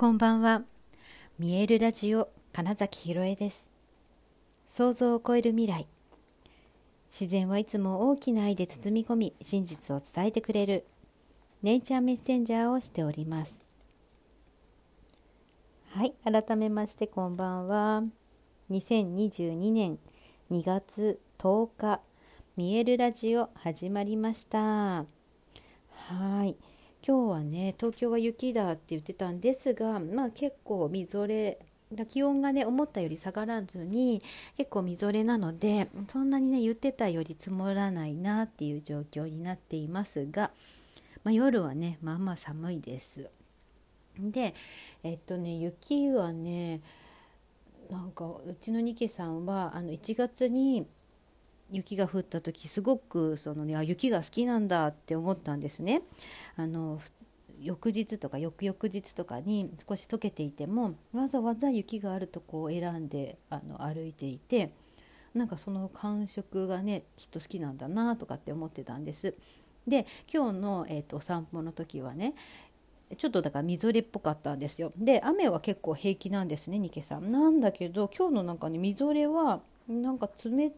こんばんは。見えるラジオ金崎ひろえです。想像を超える未来。自然はいつも大きな愛で包み込み、真実を伝えてくれるネイチャーメッセンジャーをしております。はい、改めましてこんばんは。2022年2月10日、見えるラジオ始まりました。はい。今日はね、東京は雪だって言ってたんですが、結構みぞれ、気温がね思ったより下がらずに結構みぞれなので、そんなにね言ってたより積もらないなっていう状況になっていますが、夜はねまあまあ寒いです。で雪はね、なんかうちのニケさんは1月に雪が降った時すごく雪が好きなんだって思ったんですね。翌日とか翌々日とかに少し溶けていてもわざわざ雪があるとこを選んで歩いていて、なんかその感触がねきっと好きなんだなとかって思ってたんです。で今日の、お散歩の時はねちょっとだからみぞれっぽかったんですよ。で雨は結構平気なんですね、ニケさんなんだけど、今日のなんかねみぞれはなんか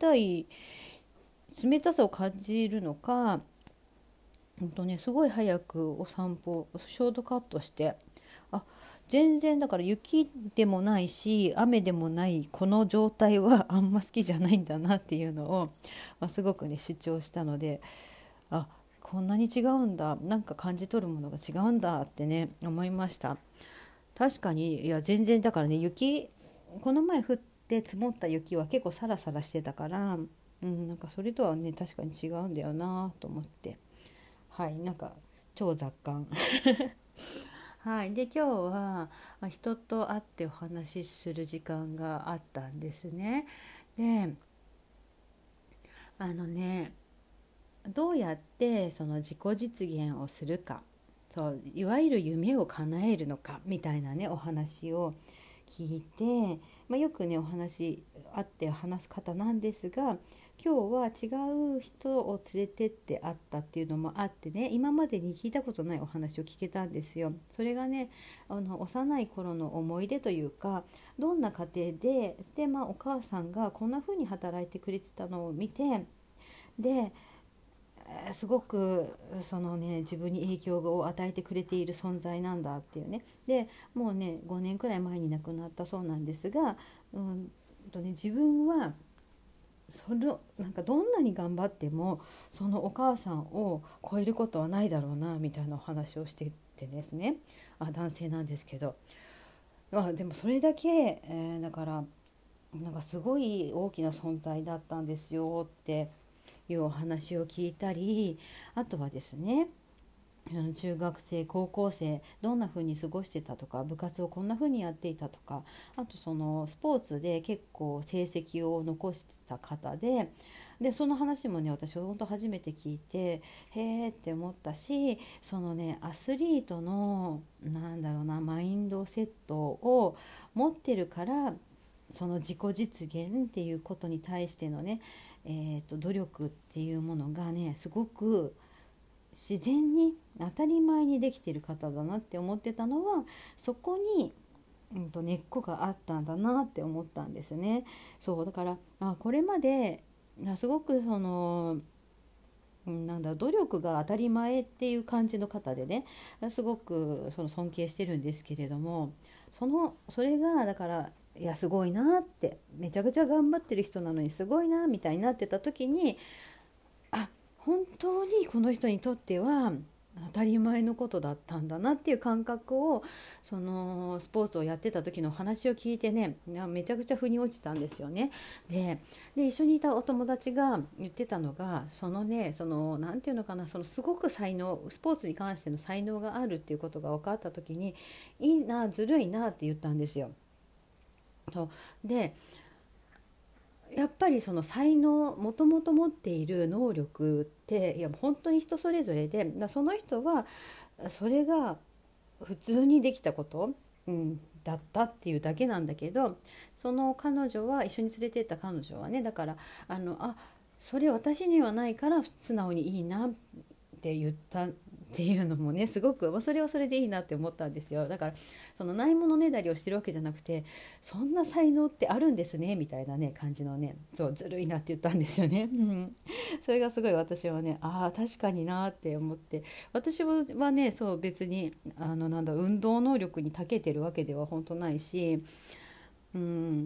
冷たさを感じるのか、すごい早くお散歩ショートカットして、全然だから雪でもないし雨でもないこの状態はあんま好きじゃないんだなっていうのを、すごくね主張したので、こんなに違うんだ、なんか感じ取るものが違うんだってね思いました。確かに、いや全然だからね、この前降って積もった雪は結構サラサラしてたから、なんかそれとはね確かに違うんだよなと思って、はい、なんか超雑感はい、で今日は、人と会ってお話しする時間があったんですね。であのねどうやってその自己実現をするか、そういわゆる夢を叶えるのかみたいなねお話を聞いて、よくねお話あって話す方なんですが、今日は違う人を連れてって会ったっていうのもあってね、今までに聞いたことないお話を聞けたんですよ。それがね幼い頃の思い出というか、どんな家庭で、お母さんがこんな風に働いてくれてたのを見て、ですごく自分に影響を与えてくれている存在なんだっていうね。でもうね5年くらい前に亡くなったそうなんですが、自分はなんかどんなに頑張ってもそのお母さんを超えることはないだろうなみたいなお話をしててですね、男性なんですけど、でもそれだけ、だからなんかすごい大きな存在だったんですよっていうお話を聞いたり、あとはですね、中学生高校生どんな風に過ごしてたとか、部活をこんな風にやっていたとか、あとそのスポーツで結構成績を残してた方でその話もね私本当初めて聞いて、へーって思ったし、そのねアスリートのなんだろうなマインドセットを持ってるから、その自己実現っていうことに対してのね、努力っていうものがねすごく自然に当たり前にできてる方だなって思ってたのは、そこに、根っこがあったんだなって思ったんですね。そうだから、これまですごくなんだ努力が当たり前っていう感じの方でね、すごく尊敬してるんですけれども、それがだから、いやすごいなって、めちゃくちゃ頑張ってる人なのにすごいなみたいになってた時に、本当にこの人にとっては当たり前のことだったんだなっていう感覚を、そのスポーツをやってた時の話を聞いてね、めちゃくちゃ腑に落ちたんですよね。で一緒にいたお友達が言ってたのが、なんていうのかな、すごくスポーツに関しての才能があるっていうことが分かった時に、いいなずるいなって言ったんですよ。そうでやっぱりその才能、もともと持っている能力って、いや本当に人それぞれで、その人はそれが普通にできたこと、だったっていうだけなんだけど、その彼女は、一緒に連れてった彼女はね、だからそれ私にはないから素直にいいなって言ったっていうのもねすごく、それはそれでいいなって思ったんですよ。だからそのないものねだりをしてるわけじゃなくて、そんな才能ってあるんですねみたいなね感じのね、そうずるいなって言ったんですよね、うん、それがすごい私はね、ああ確かになって思って、私はねそう別になんだ運動能力に長けてるわけでは本当ないし、うん、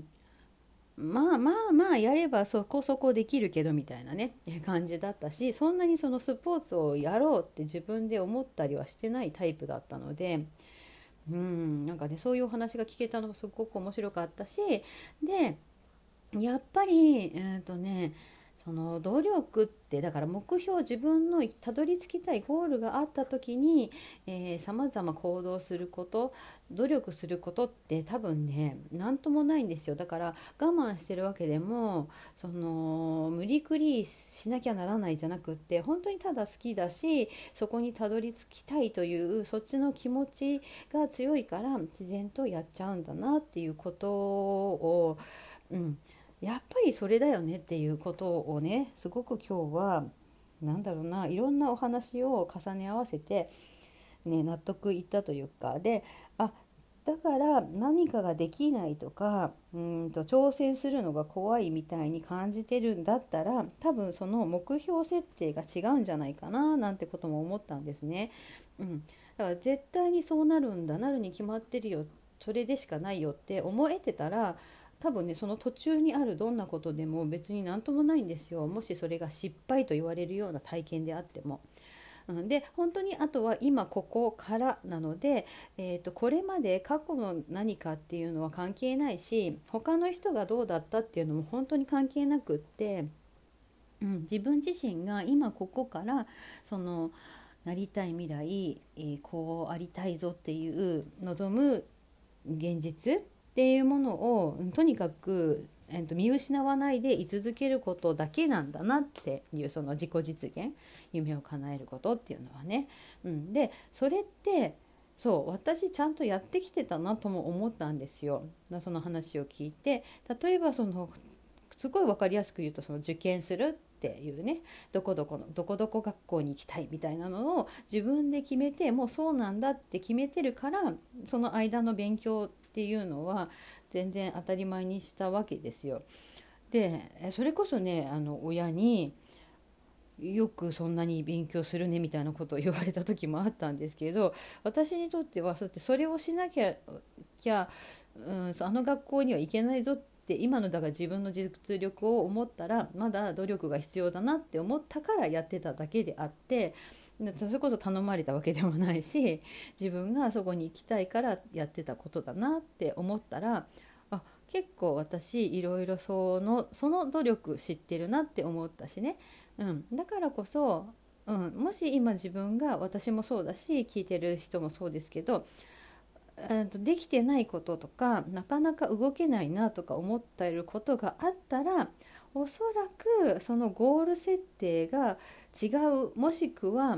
まあまあまあやればそこそこできるけどみたいなね感じだったし、そんなにそのスポーツをやろうって自分で思ったりはしてないタイプだったので、なんかねそういうお話が聞けたのがすごく面白かったし、でやっぱりその努力ってだから目標、自分のたどり着きたいゴールがあった時にさまざま行動すること、努力することって多分ね何ともないんですよ。だから我慢してるわけでもその無理くりしなきゃならないじゃなくって、本当にただ好きだしそこにたどり着きたいというそっちの気持ちが強いから自然とやっちゃうんだなっていうことを、やっぱりそれだよねっていうことをねすごく今日はなんだろうな、いろんなお話を重ね合わせて、ね、納得いったというか、でだから何かができないとか挑戦するのが怖いみたいに感じてるんだったら、多分その目標設定が違うんじゃないかななんてことも思ったんですね。だから絶対にそうなるんだ、なるに決まってるよ、それでしかないよって思えてたら、多分ねその途中にあるどんなことでも別になんともないんですよ。もしそれが失敗と言われるような体験であっても。で本当にあとは今ここからなので、これまで過去の何かっていうのは関係ないし、他の人がどうだったっていうのも本当に関係なくって、自分自身が今ここからそのなりたい未来、こうありたいぞっていう望む現実っていうものをとにかく、見失わないで居続けることだけなんだなっていう、その自己実現、夢を叶えることっていうのはね、でそれってそう私ちゃんとやってきてたなとも思ったんですよ。その話を聞いて、例えばそのすごい分かりやすく言うと、その受験するっていうね、どこどこのどこどこ学校に行きたいみたいなのを自分で決めて、もうそうなんだって決めてるから、その間の勉強っていうのは全然当たり前にしたわけですよ。でそれこそね親によくそんなに勉強するねみたいなことを言われた時もあったんですけど、私にとってはそうやってそれをしなきゃ、あの学校には行けないぞって今のだから自分の実力を思ったらまだ努力が必要だなって思ったからやってただけであって、それこそ頼まれたわけでもないし、自分がそこに行きたいからやってたことだなって思ったら、結構私いろいろその努力知ってるなって思ったしね、だからこそ、もし今自分が、私もそうだし聞いてる人もそうですけど、できてないこととかなかなか動けないなとか思っていることがあったら、おそらくそのゴール設定が違う、もしくは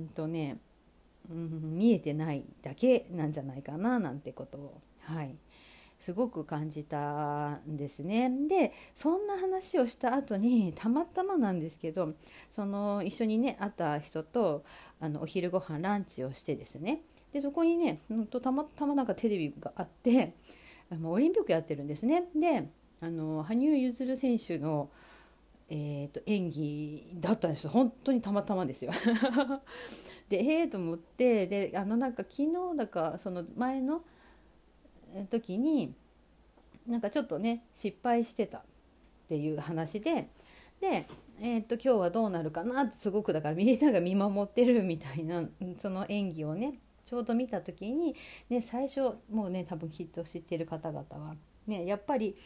見えてないだけなんじゃないかななんてことを、すごく感じたんですね。でそんな話をした後にたまたまなんですけど、その一緒にね会った人とお昼ご飯ランチをしてですね、でそこにねたまたまなんかテレビがあって、オリンピックやってるんですね。で羽生結弦選手の演技だったんですよ。本当にたまたまですよでと思って、でなんか昨日だかその前の時になんかちょっとね失敗してたっていう話で、今日はどうなるかなってすごくだからみんなが見守ってるみたいな、その演技をねちょうど見た時に、最初もうね多分きっと知ってる方々はね、やっぱり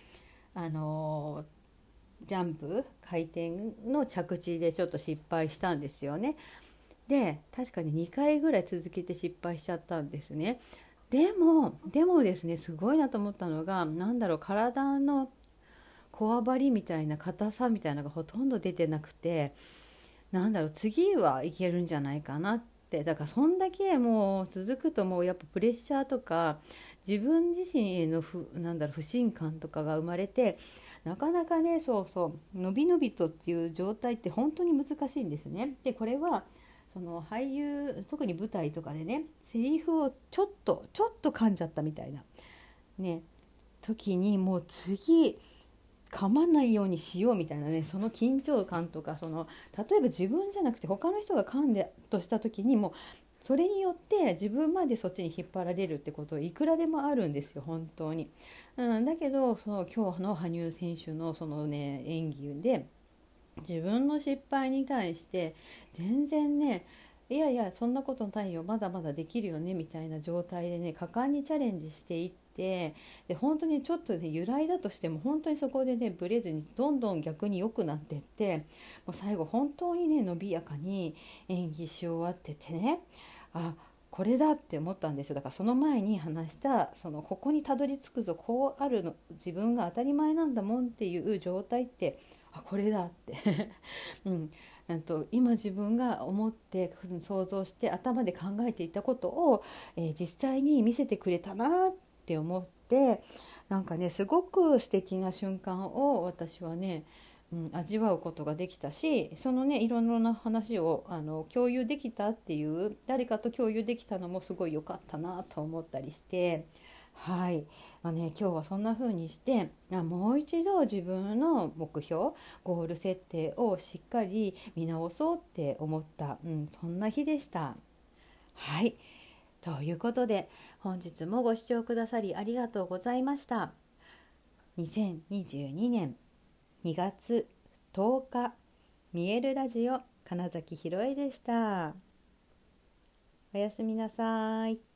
ジャンプ回転の着地でちょっと失敗したんですよね。で確かに2回ぐらい続けて失敗しちゃったんですね。でもですね、すごいなと思ったのが、体のこわばりみたいな硬さみたいなのがほとんど出てなくて、次はいけるんじゃないかなって。だからそんだけもう続くと、もうやっぱプレッシャーとか自分自身への不信感とかが生まれて、なかなかね、そう伸び伸びとっていう状態って本当に難しいんですね。でこれはその俳優特に舞台とかでねセリフをちょっと噛んじゃったみたいなね時にもう次噛まないようにしようみたいなねその緊張感とか例えば自分じゃなくて他の人が噛んでとした時にもそれによって自分までそっちに引っ張られるってこといくらでもあるんですよ本当に、だけど今日の羽生選手のね演技で自分の失敗に対して全然ねいやいやそんなことないよまだまだできるよねみたいな状態でね果敢にチャレンジしていってで本当にちょっとね揺らいだとしても本当にそこでねブレずにどんどん逆に良くなっていってもう最後本当にね伸びやかに演技し終わっててねこれだって思ったんですよ。だからその前に話したここにたどり着くぞこうあるの自分が当たり前なんだもんっていう状態ってこれだって今自分が思って想像して頭で考えていたことを、実際に見せてくれたなって思ってなんかねすごく素敵な瞬間を私はね、味わうことができたしいろいろな話を共有できたっていう誰かと共有できたのもすごい良かったなと思ったりしてはい、今日はそんな風にしてもう一度自分の目標ゴール設定をしっかり見直そうって思った、そんな日でした。はい、ということで本日もご視聴くださりありがとうございました。2022年2月10日見えるラジオ金崎ひろえでした。おやすみなさい。